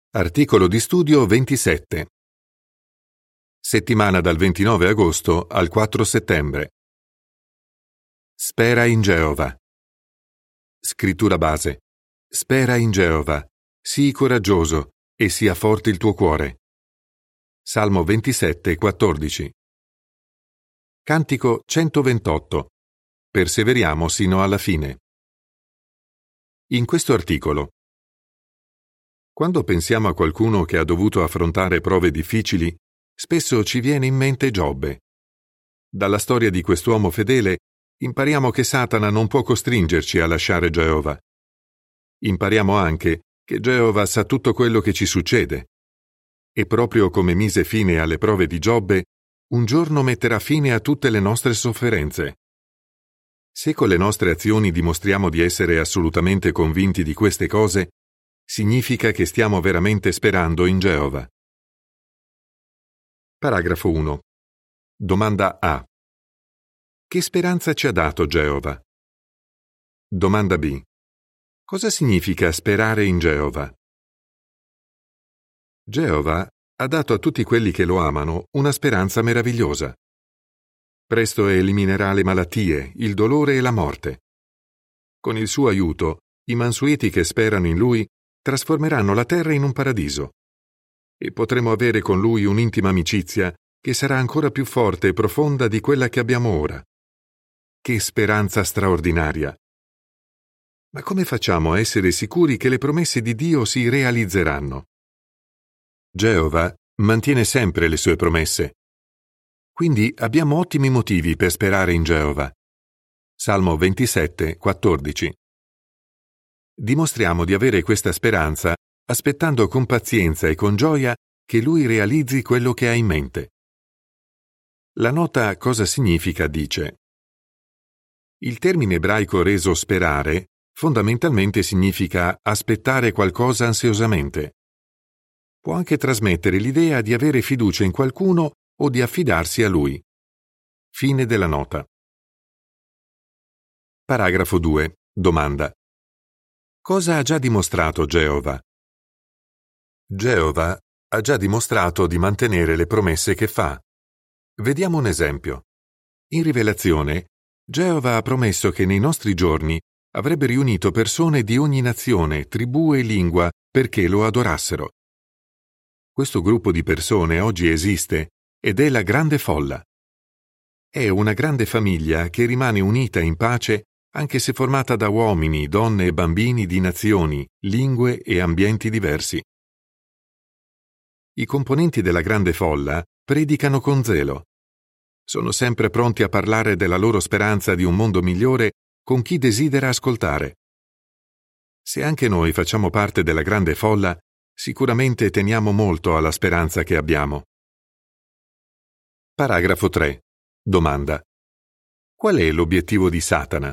Articolo di studio 27. Settimana dal 29 agosto al 4 settembre. Spera in Geova. Scrittura base. Spera in Geova. Sii coraggioso e sia forte il tuo cuore. Salmo 27, 14. Cantico 128. Perseveriamo sino alla fine. In questo articolo, quando pensiamo a qualcuno che ha dovuto affrontare prove difficili, spesso ci viene in mente Giobbe. Dalla storia di quest'uomo fedele impariamo che Satana non può costringerci a lasciare Geova. Impariamo anche che Geova sa tutto quello che ci succede. E proprio come mise fine alle prove di Giobbe, un giorno metterà fine a tutte le nostre sofferenze. Se con le nostre azioni dimostriamo di essere assolutamente convinti di queste cose, significa che stiamo veramente sperando in Geova. Paragrafo 1. Domanda A. Che speranza ci ha dato Geova? Domanda B. Cosa significa sperare in Geova? Geova ha dato a tutti quelli che lo amano una speranza meravigliosa. Presto eliminerà le malattie, il dolore e la morte. Con il suo aiuto, i mansueti che sperano in lui trasformeranno la terra in un paradiso. E potremo avere con lui un'intima amicizia che sarà ancora più forte e profonda di quella che abbiamo ora. Che speranza straordinaria! Ma come facciamo a essere sicuri che le promesse di Dio si realizzeranno? Geova mantiene sempre le sue promesse. Quindi abbiamo ottimi motivi per sperare in Geova. Salmo 27, 14. Dimostriamo di avere questa speranza aspettando con pazienza e con gioia che Lui realizzi quello che ha in mente. La nota cosa significa dice: il termine ebraico reso sperare fondamentalmente significa aspettare qualcosa ansiosamente. Può anche trasmettere l'idea di avere fiducia in qualcuno o di affidarsi a Lui. Fine della nota. Paragrafo 2. Domanda. Cosa ha già dimostrato Geova? Geova ha già dimostrato di mantenere le promesse che fa. Vediamo un esempio. In Rivelazione, Geova ha promesso che nei nostri giorni avrebbe riunito persone di ogni nazione, tribù e lingua perché lo adorassero. Questo gruppo di persone oggi esiste ed è la grande folla. È una grande famiglia che rimane unita in pace anche se formata da uomini, donne e bambini di nazioni, lingue e ambienti diversi. I componenti della grande folla predicano con zelo. Sono sempre pronti a parlare della loro speranza di un mondo migliore con chi desidera ascoltare. Se anche noi facciamo parte della grande folla, sicuramente teniamo molto alla speranza che abbiamo. Paragrafo 3. Domanda. Qual è l'obiettivo di Satana?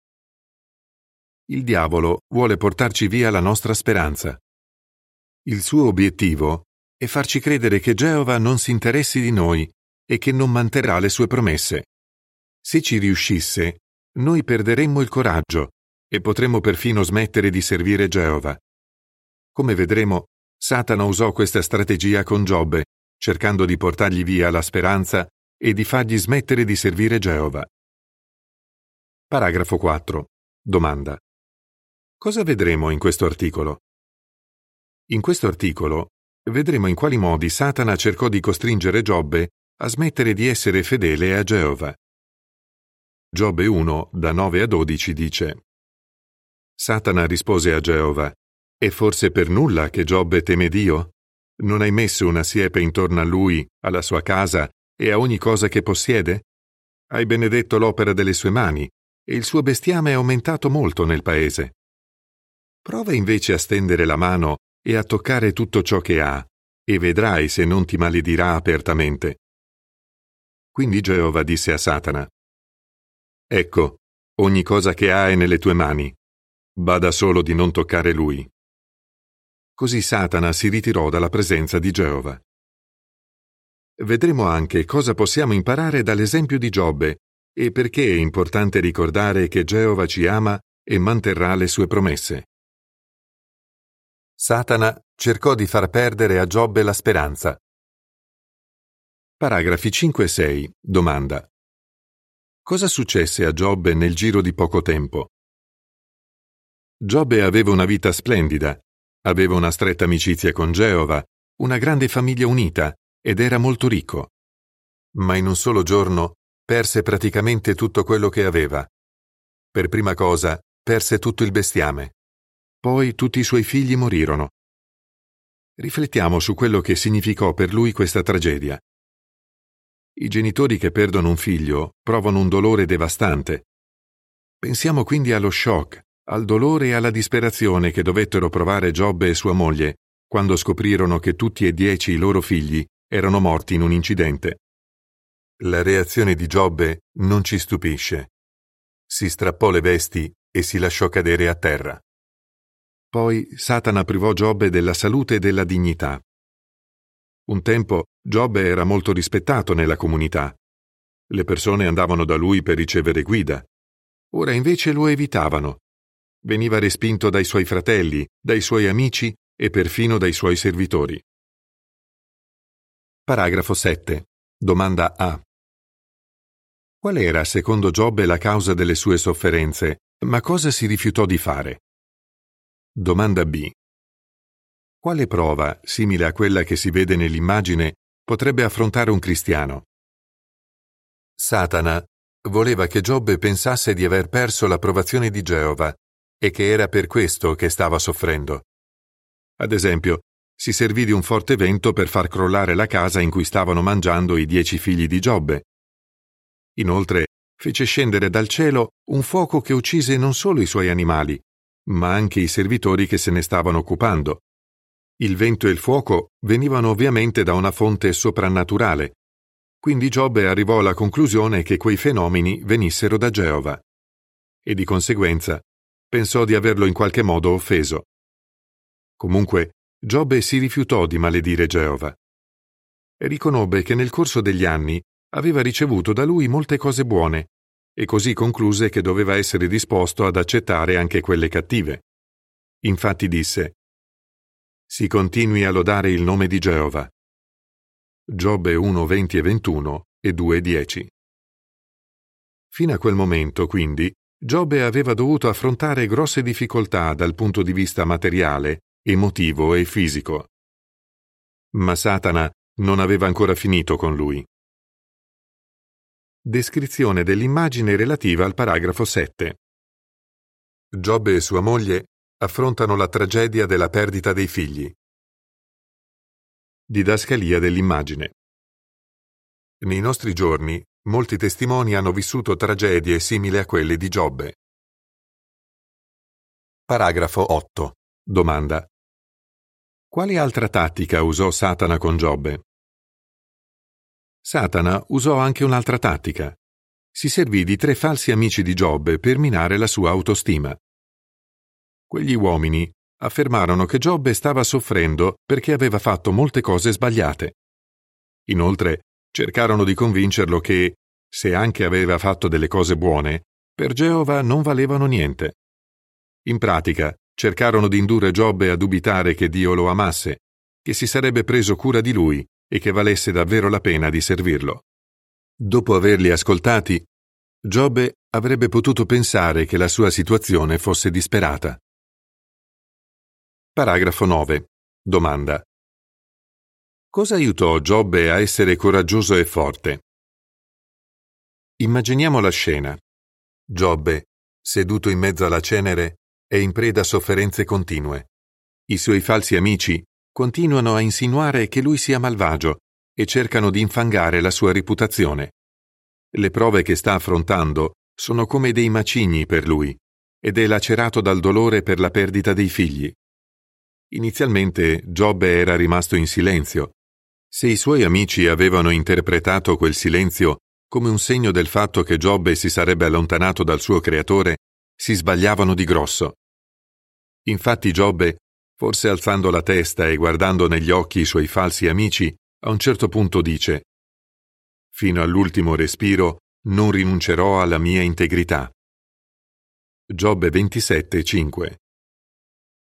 Il diavolo vuole portarci via la nostra speranza. Il suo obiettivo è farci credere che Geova non si interessi di noi e che non manterrà le sue promesse. Se ci riuscisse, noi perderemmo il coraggio e potremmo perfino smettere di servire Geova. Come vedremo, Satana usò questa strategia con Giobbe, cercando di portargli via la speranza e di fargli smettere di servire Geova. Paragrafo 4. Domanda. Cosa vedremo in questo articolo? In questo articolo vedremo in quali modi Satana cercò di costringere Giobbe a smettere di essere fedele a Geova. Giobbe 1, da 9 a 12 dice: Satana rispose a Geova: è forse per nulla che Giobbe teme Dio? Non hai messo una siepe intorno a lui, alla sua casa e a ogni cosa che possiede? Hai benedetto l'opera delle sue mani e il suo bestiame è aumentato molto nel paese. Prova invece a stendere la mano e a toccare tutto ciò che ha, e vedrai se non ti maledirà apertamente. Quindi Geova disse a Satana: ecco, ogni cosa che ha è nelle tue mani. Bada solo di non toccare lui. Così Satana si ritirò dalla presenza di Geova. Vedremo anche cosa possiamo imparare dall'esempio di Giobbe e perché è importante ricordare che Geova ci ama e manterrà le sue promesse. Satana cercò di far perdere a Giobbe la speranza. Paragrafi 5 e 6. Domanda. Cosa successe a Giobbe nel giro di poco tempo? Giobbe aveva una vita splendida, aveva una stretta amicizia con Geova, una grande famiglia unita ed era molto ricco. Ma in un solo giorno perse praticamente tutto quello che aveva. Per prima cosa, perse tutto il bestiame. Poi tutti i suoi figli morirono. Riflettiamo su quello che significò per lui questa tragedia. I genitori che perdono un figlio provano un dolore devastante. Pensiamo quindi allo shock, al dolore e alla disperazione che dovettero provare Giobbe e sua moglie quando scoprirono che tutti e 10 i loro figli erano morti in un incidente. La reazione di Giobbe non ci stupisce. Si strappò le vesti e si lasciò cadere a terra. Poi Satana privò Giobbe della salute e della dignità. Un tempo Giobbe era molto rispettato nella comunità. Le persone andavano da lui per ricevere guida. Ora invece lo evitavano. Veniva respinto dai suoi fratelli, dai suoi amici e perfino dai suoi servitori. Paragrafo 7. Domanda A. Qual era, secondo Giobbe, la causa delle sue sofferenze, ma cosa si rifiutò di fare? Domanda B. Quale prova, simile a quella che si vede nell'immagine, potrebbe affrontare un cristiano? Satana voleva che Giobbe pensasse di aver perso l'approvazione di Geova e che era per questo che stava soffrendo. Ad esempio, si servì di un forte vento per far crollare la casa in cui stavano mangiando i 10 figli di Giobbe. Inoltre, fece scendere dal cielo un fuoco che uccise non solo i suoi animali, ma anche i servitori che se ne stavano occupando. Il vento e il fuoco venivano ovviamente da una fonte soprannaturale, quindi Giobbe arrivò alla conclusione che quei fenomeni venissero da Geova e di conseguenza pensò di averlo in qualche modo offeso. Comunque, Giobbe si rifiutò di maledire Geova e riconobbe che nel corso degli anni aveva ricevuto da lui molte cose buone e così concluse che doveva essere disposto ad accettare anche quelle cattive. Infatti disse: si continui a lodare il nome di Geova. Giobbe 1, 20 e 21 e 2, 10. Fino a quel momento, quindi, Giobbe aveva dovuto affrontare grosse difficoltà dal punto di vista materiale, emotivo e fisico. Ma Satana non aveva ancora finito con lui. Descrizione dell'immagine relativa al paragrafo 7. Giobbe e sua moglie affrontano la tragedia della perdita dei figli. Didascalia dell'immagine. Nei nostri giorni, molti testimoni hanno vissuto tragedie simili a quelle di Giobbe. Paragrafo 8. Domanda. Quale altra tattica usò Satana con Giobbe? Satana usò anche un'altra tattica. Si servì di 3 falsi amici di Giobbe per minare la sua autostima. Quegli uomini affermarono che Giobbe stava soffrendo perché aveva fatto molte cose sbagliate. Inoltre, cercarono di convincerlo che, se anche aveva fatto delle cose buone, per Geova non valevano niente. In pratica, cercarono di indurre Giobbe a dubitare che Dio lo amasse, che si sarebbe preso cura di lui e che valesse davvero la pena di servirlo. Dopo averli ascoltati, Giobbe avrebbe potuto pensare che la sua situazione fosse disperata. Paragrafo 9. Domanda. Cosa aiutò Giobbe a essere coraggioso e forte? Immaginiamo la scena. Giobbe, seduto in mezzo alla cenere, è in preda a sofferenze continue. I suoi falsi amici continuano a insinuare che lui sia malvagio e cercano di infangare la sua reputazione. Le prove che sta affrontando sono come dei macigni per lui ed è lacerato dal dolore per la perdita dei figli. Inizialmente Giobbe era rimasto in silenzio. Se i suoi amici avevano interpretato quel silenzio come un segno del fatto che Giobbe si sarebbe allontanato dal suo creatore, si sbagliavano di grosso. Infatti Giobbe, forse alzando la testa e guardando negli occhi i suoi falsi amici, a un certo punto dice: «Fino all'ultimo respiro non rinuncerò alla mia integrità». Giobbe 27, 5.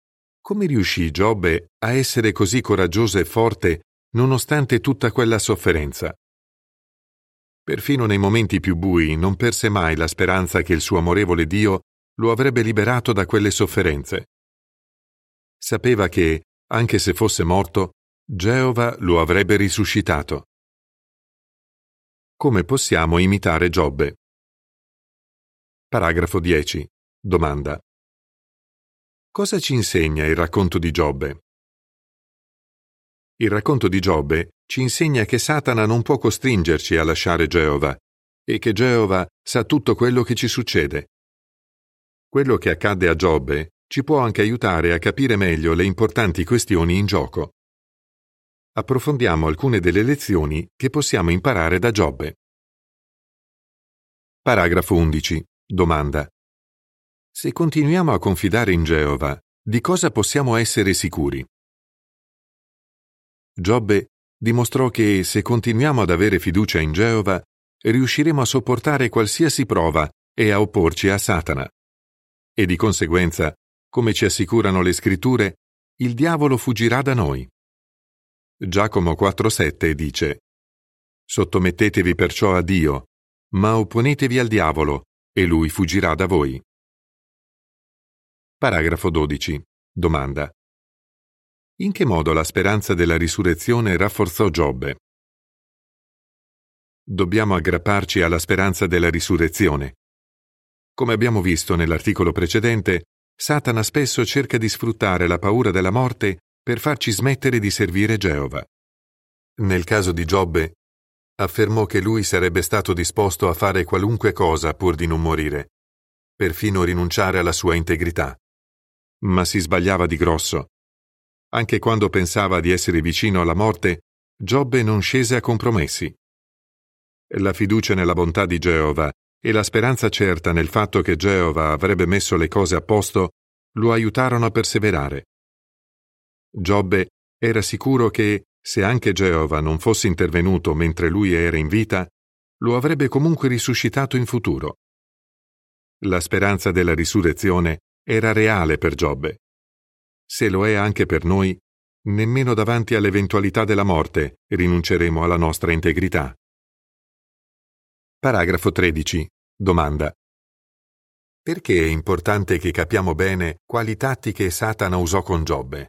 Come riuscì Giobbe a essere così coraggioso e forte nonostante tutta quella sofferenza? Perfino nei momenti più bui non perse mai la speranza che il suo amorevole Dio lo avrebbe liberato da quelle sofferenze. Sapeva che, anche se fosse morto, Geova lo avrebbe risuscitato. Come possiamo imitare Giobbe? Paragrafo 10. Domanda. Cosa ci insegna il racconto di Giobbe? Il racconto di Giobbe ci insegna che Satana non può costringerci a lasciare Geova e che Geova sa tutto quello che ci succede. Quello che accadde a Giobbe ci può anche aiutare a capire meglio le importanti questioni in gioco. Approfondiamo alcune delle lezioni che possiamo imparare da Giobbe. Paragrafo 11. Domanda. Se continuiamo a confidare in Geova, di cosa possiamo essere sicuri? Giobbe dimostrò che se continuiamo ad avere fiducia in Geova, riusciremo a sopportare qualsiasi prova e a opporci a Satana. E di conseguenza, come ci assicurano le Scritture, il diavolo fuggirà da noi. Giacomo 4,7 dice: Sottomettetevi perciò a Dio, ma opponetevi al diavolo, e lui fuggirà da voi. Paragrafo 12. Domanda. In che modo la speranza della risurrezione rafforzò Giobbe? Dobbiamo aggrapparci alla speranza della risurrezione. Come abbiamo visto nell'articolo precedente, Satana spesso cerca di sfruttare la paura della morte per farci smettere di servire Geova. Nel caso di Giobbe, affermò che lui sarebbe stato disposto a fare qualunque cosa pur di non morire, perfino rinunciare alla sua integrità. Ma si sbagliava di grosso. Anche quando pensava di essere vicino alla morte, Giobbe non scese a compromessi. La fiducia nella bontà di Geova e la speranza certa nel fatto che Geova avrebbe messo le cose a posto lo aiutarono a perseverare. Giobbe era sicuro che, se anche Geova non fosse intervenuto mentre lui era in vita, lo avrebbe comunque risuscitato in futuro. La speranza della risurrezione era reale per Giobbe. Se lo è anche per noi, nemmeno davanti all'eventualità della morte rinunceremo alla nostra integrità. Paragrafo 13. Domanda. Perché è importante che capiamo bene quali tattiche Satana usò con Giobbe?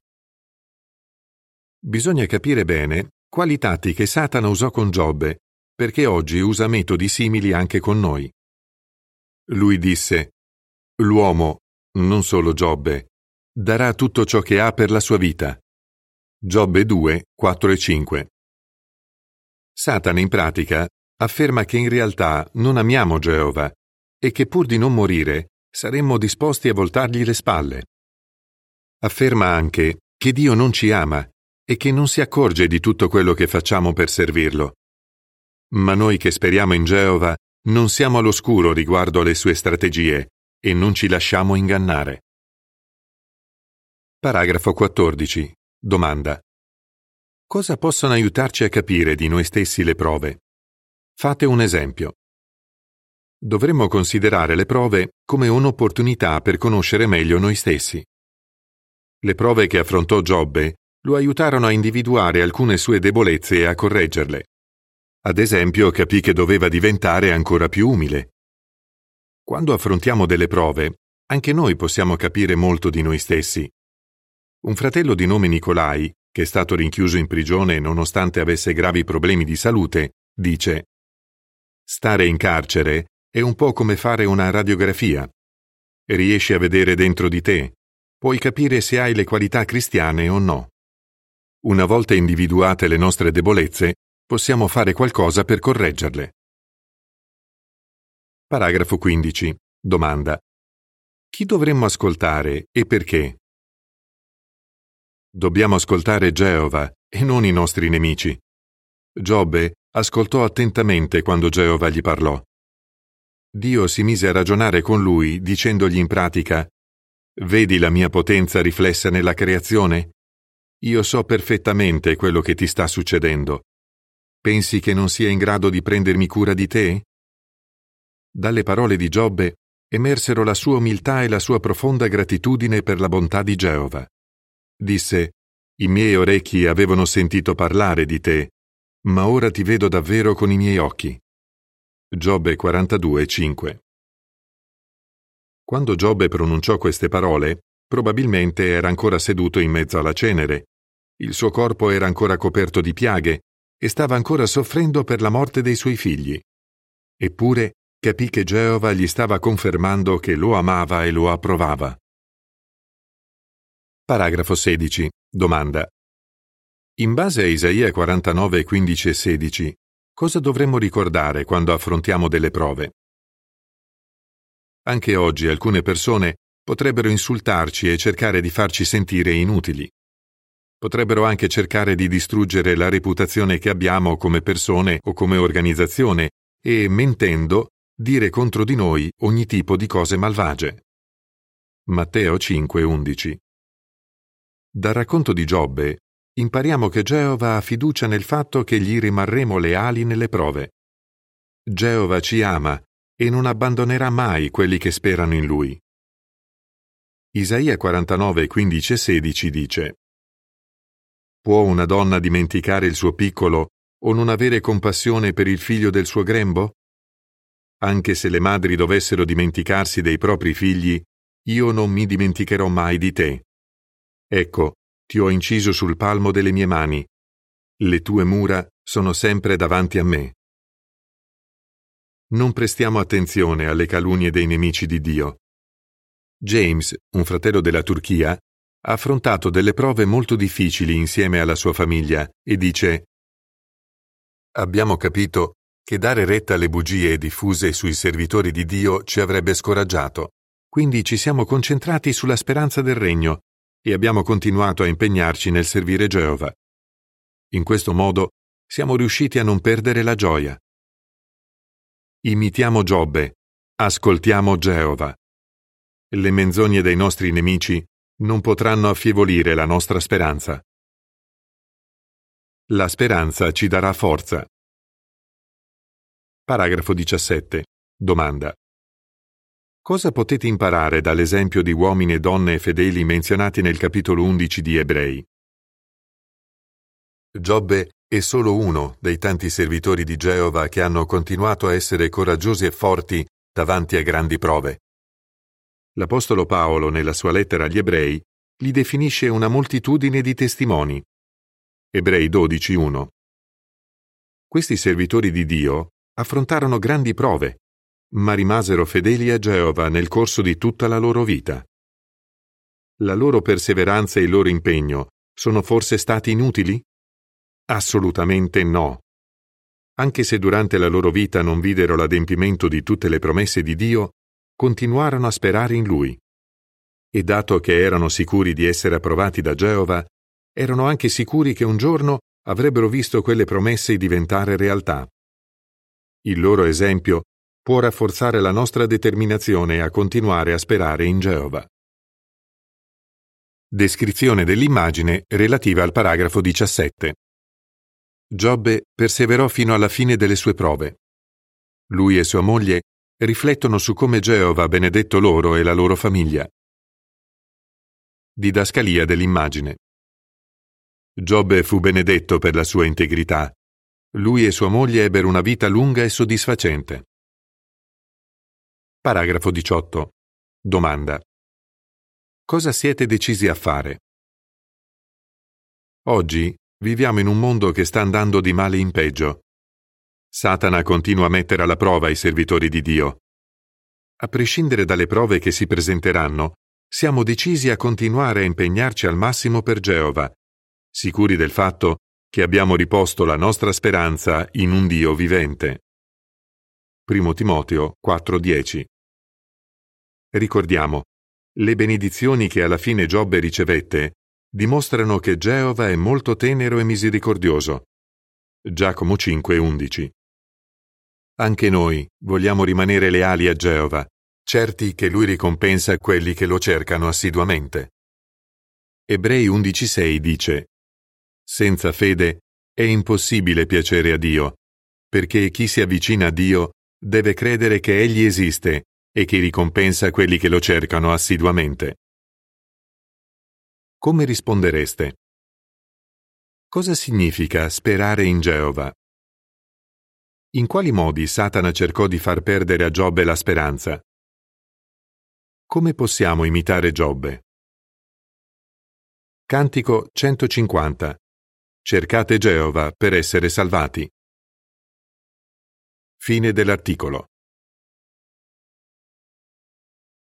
Bisogna capire bene quali tattiche Satana usò con Giobbe, perché oggi usa metodi simili anche con noi. Lui disse: L'uomo, non solo Giobbe, darà tutto ciò che ha per la sua vita. Giobbe 2, 4 e 5. Satana in pratica afferma che in realtà non amiamo Geova e che pur di non morire saremmo disposti a voltargli le spalle. Afferma anche che Dio non ci ama e che non si accorge di tutto quello che facciamo per servirlo. Ma noi che speriamo in Geova non siamo all'oscuro riguardo alle sue strategie e non ci lasciamo ingannare. Paragrafo 14. Domanda. Cosa possono aiutarci a capire di noi stessi le prove? Fate un esempio. Dovremmo considerare le prove come un'opportunità per conoscere meglio noi stessi. Le prove che affrontò Giobbe lo aiutarono a individuare alcune sue debolezze e a correggerle. Ad esempio, capì che doveva diventare ancora più umile. Quando affrontiamo delle prove, anche noi possiamo capire molto di noi stessi. Un fratello di nome Nicolai, che è stato rinchiuso in prigione nonostante avesse gravi problemi di salute, dice: Stare in carcere è un po' come fare una radiografia. Riesci a vedere dentro di te, puoi capire se hai le qualità cristiane o no. Una volta individuate le nostre debolezze, possiamo fare qualcosa per correggerle. Paragrafo 15. Domanda. Chi dovremmo ascoltare e perché? Dobbiamo ascoltare Geova e non i nostri nemici. Giobbe ascoltò attentamente quando Geova gli parlò. Dio si mise a ragionare con lui dicendogli in pratica: Vedi la mia potenza riflessa nella creazione? Io so perfettamente quello che ti sta succedendo. Pensi che non sia in grado di prendermi cura di te? Dalle parole di Giobbe emersero la sua umiltà e la sua profonda gratitudine per la bontà di Geova. Disse: «I miei orecchi avevano sentito parlare di te, ma ora ti vedo davvero con i miei occhi». Giobbe 42:5. Quando Giobbe pronunciò queste parole, probabilmente era ancora seduto in mezzo alla cenere. Il suo corpo era ancora coperto di piaghe e stava ancora soffrendo per la morte dei suoi figli. Eppure capì che Geova gli stava confermando che lo amava e lo approvava. Paragrafo 16. Domanda. In base a Isaia 49, 15 e 16, cosa dovremmo ricordare quando affrontiamo delle prove? Anche oggi alcune persone potrebbero insultarci e cercare di farci sentire inutili. Potrebbero anche cercare di distruggere la reputazione che abbiamo come persone o come organizzazione e, mentendo, dire contro di noi ogni tipo di cose malvagie. Matteo 5:11. Dal racconto di Giobbe impariamo che Geova ha fiducia nel fatto che gli rimarremo leali nelle prove. Geova ci ama e non abbandonerà mai quelli che sperano in Lui. Isaia 49, 15 e 16 dice: Può una donna dimenticare il suo piccolo o non avere compassione per il figlio del suo grembo? Anche se le madri dovessero dimenticarsi dei propri figli, io non mi dimenticherò mai di te. Ecco, ti ho inciso sul palmo delle mie mani. Le tue mura sono sempre davanti a me. Non prestiamo attenzione alle calunnie dei nemici di Dio. James, un fratello della Turchia, ha affrontato delle prove molto difficili insieme alla sua famiglia e dice: Abbiamo capito che dare retta alle bugie diffuse sui servitori di Dio ci avrebbe scoraggiato, quindi ci siamo concentrati sulla speranza del regno e abbiamo continuato a impegnarci nel servire Geova. In questo modo siamo riusciti a non perdere la gioia. Imitiamo Giobbe, ascoltiamo Geova. Le menzogne dei nostri nemici non potranno affievolire la nostra speranza. La speranza ci darà forza. Paragrafo 17. Domanda. Cosa potete imparare dall'esempio di uomini e donne fedeli menzionati nel capitolo 11 di Ebrei? Giobbe è solo uno dei tanti servitori di Geova che hanno continuato a essere coraggiosi e forti davanti a grandi prove. L'Apostolo Paolo, nella sua lettera agli Ebrei, li definisce una moltitudine di testimoni. Ebrei 12:1. Questi servitori di Dio affrontarono grandi prove, ma rimasero fedeli a Geova nel corso di tutta la loro vita. La loro perseveranza e il loro impegno sono forse stati inutili? Assolutamente no. Anche se durante la loro vita non videro l'adempimento di tutte le promesse di Dio, continuarono a sperare in Lui. E dato che erano sicuri di essere approvati da Geova, erano anche sicuri che un giorno avrebbero visto quelle promesse diventare realtà. Il loro esempio può rafforzare la nostra determinazione a continuare a sperare in Geova. Descrizione dell'immagine relativa al paragrafo 17. Giobbe perseverò fino alla fine delle sue prove. Lui e sua moglie riflettono su come Geova ha benedetto loro e la loro famiglia. Didascalia dell'immagine. Giobbe fu benedetto per la sua integrità. Lui e sua moglie ebbero una vita lunga e soddisfacente. Paragrafo 18. Domanda. Cosa siete decisi a fare? Oggi viviamo in un mondo che sta andando di male in peggio. Satana continua a mettere alla prova i servitori di Dio. A prescindere dalle prove che si presenteranno, siamo decisi a continuare a impegnarci al massimo per Geova, sicuri del fatto che abbiamo riposto la nostra speranza in un Dio vivente. 1 Timoteo 4:10. Ricordiamo, le benedizioni che alla fine Giobbe ricevette dimostrano che Geova è molto tenero e misericordioso. Giacomo 5:11. Anche noi vogliamo rimanere leali a Geova, certi che Lui ricompensa quelli che lo cercano assiduamente. Ebrei 11:6 dice: Senza fede è impossibile piacere a Dio, perché chi si avvicina a Dio deve credere che Egli esiste e che ricompensa quelli che lo cercano assiduamente. Come rispondereste? Cosa significa sperare in Geova? In quali modi Satana cercò di far perdere a Giobbe la speranza? Come possiamo imitare Giobbe? Cantico 150. Cercate Geova per essere salvati. Fine dell'articolo.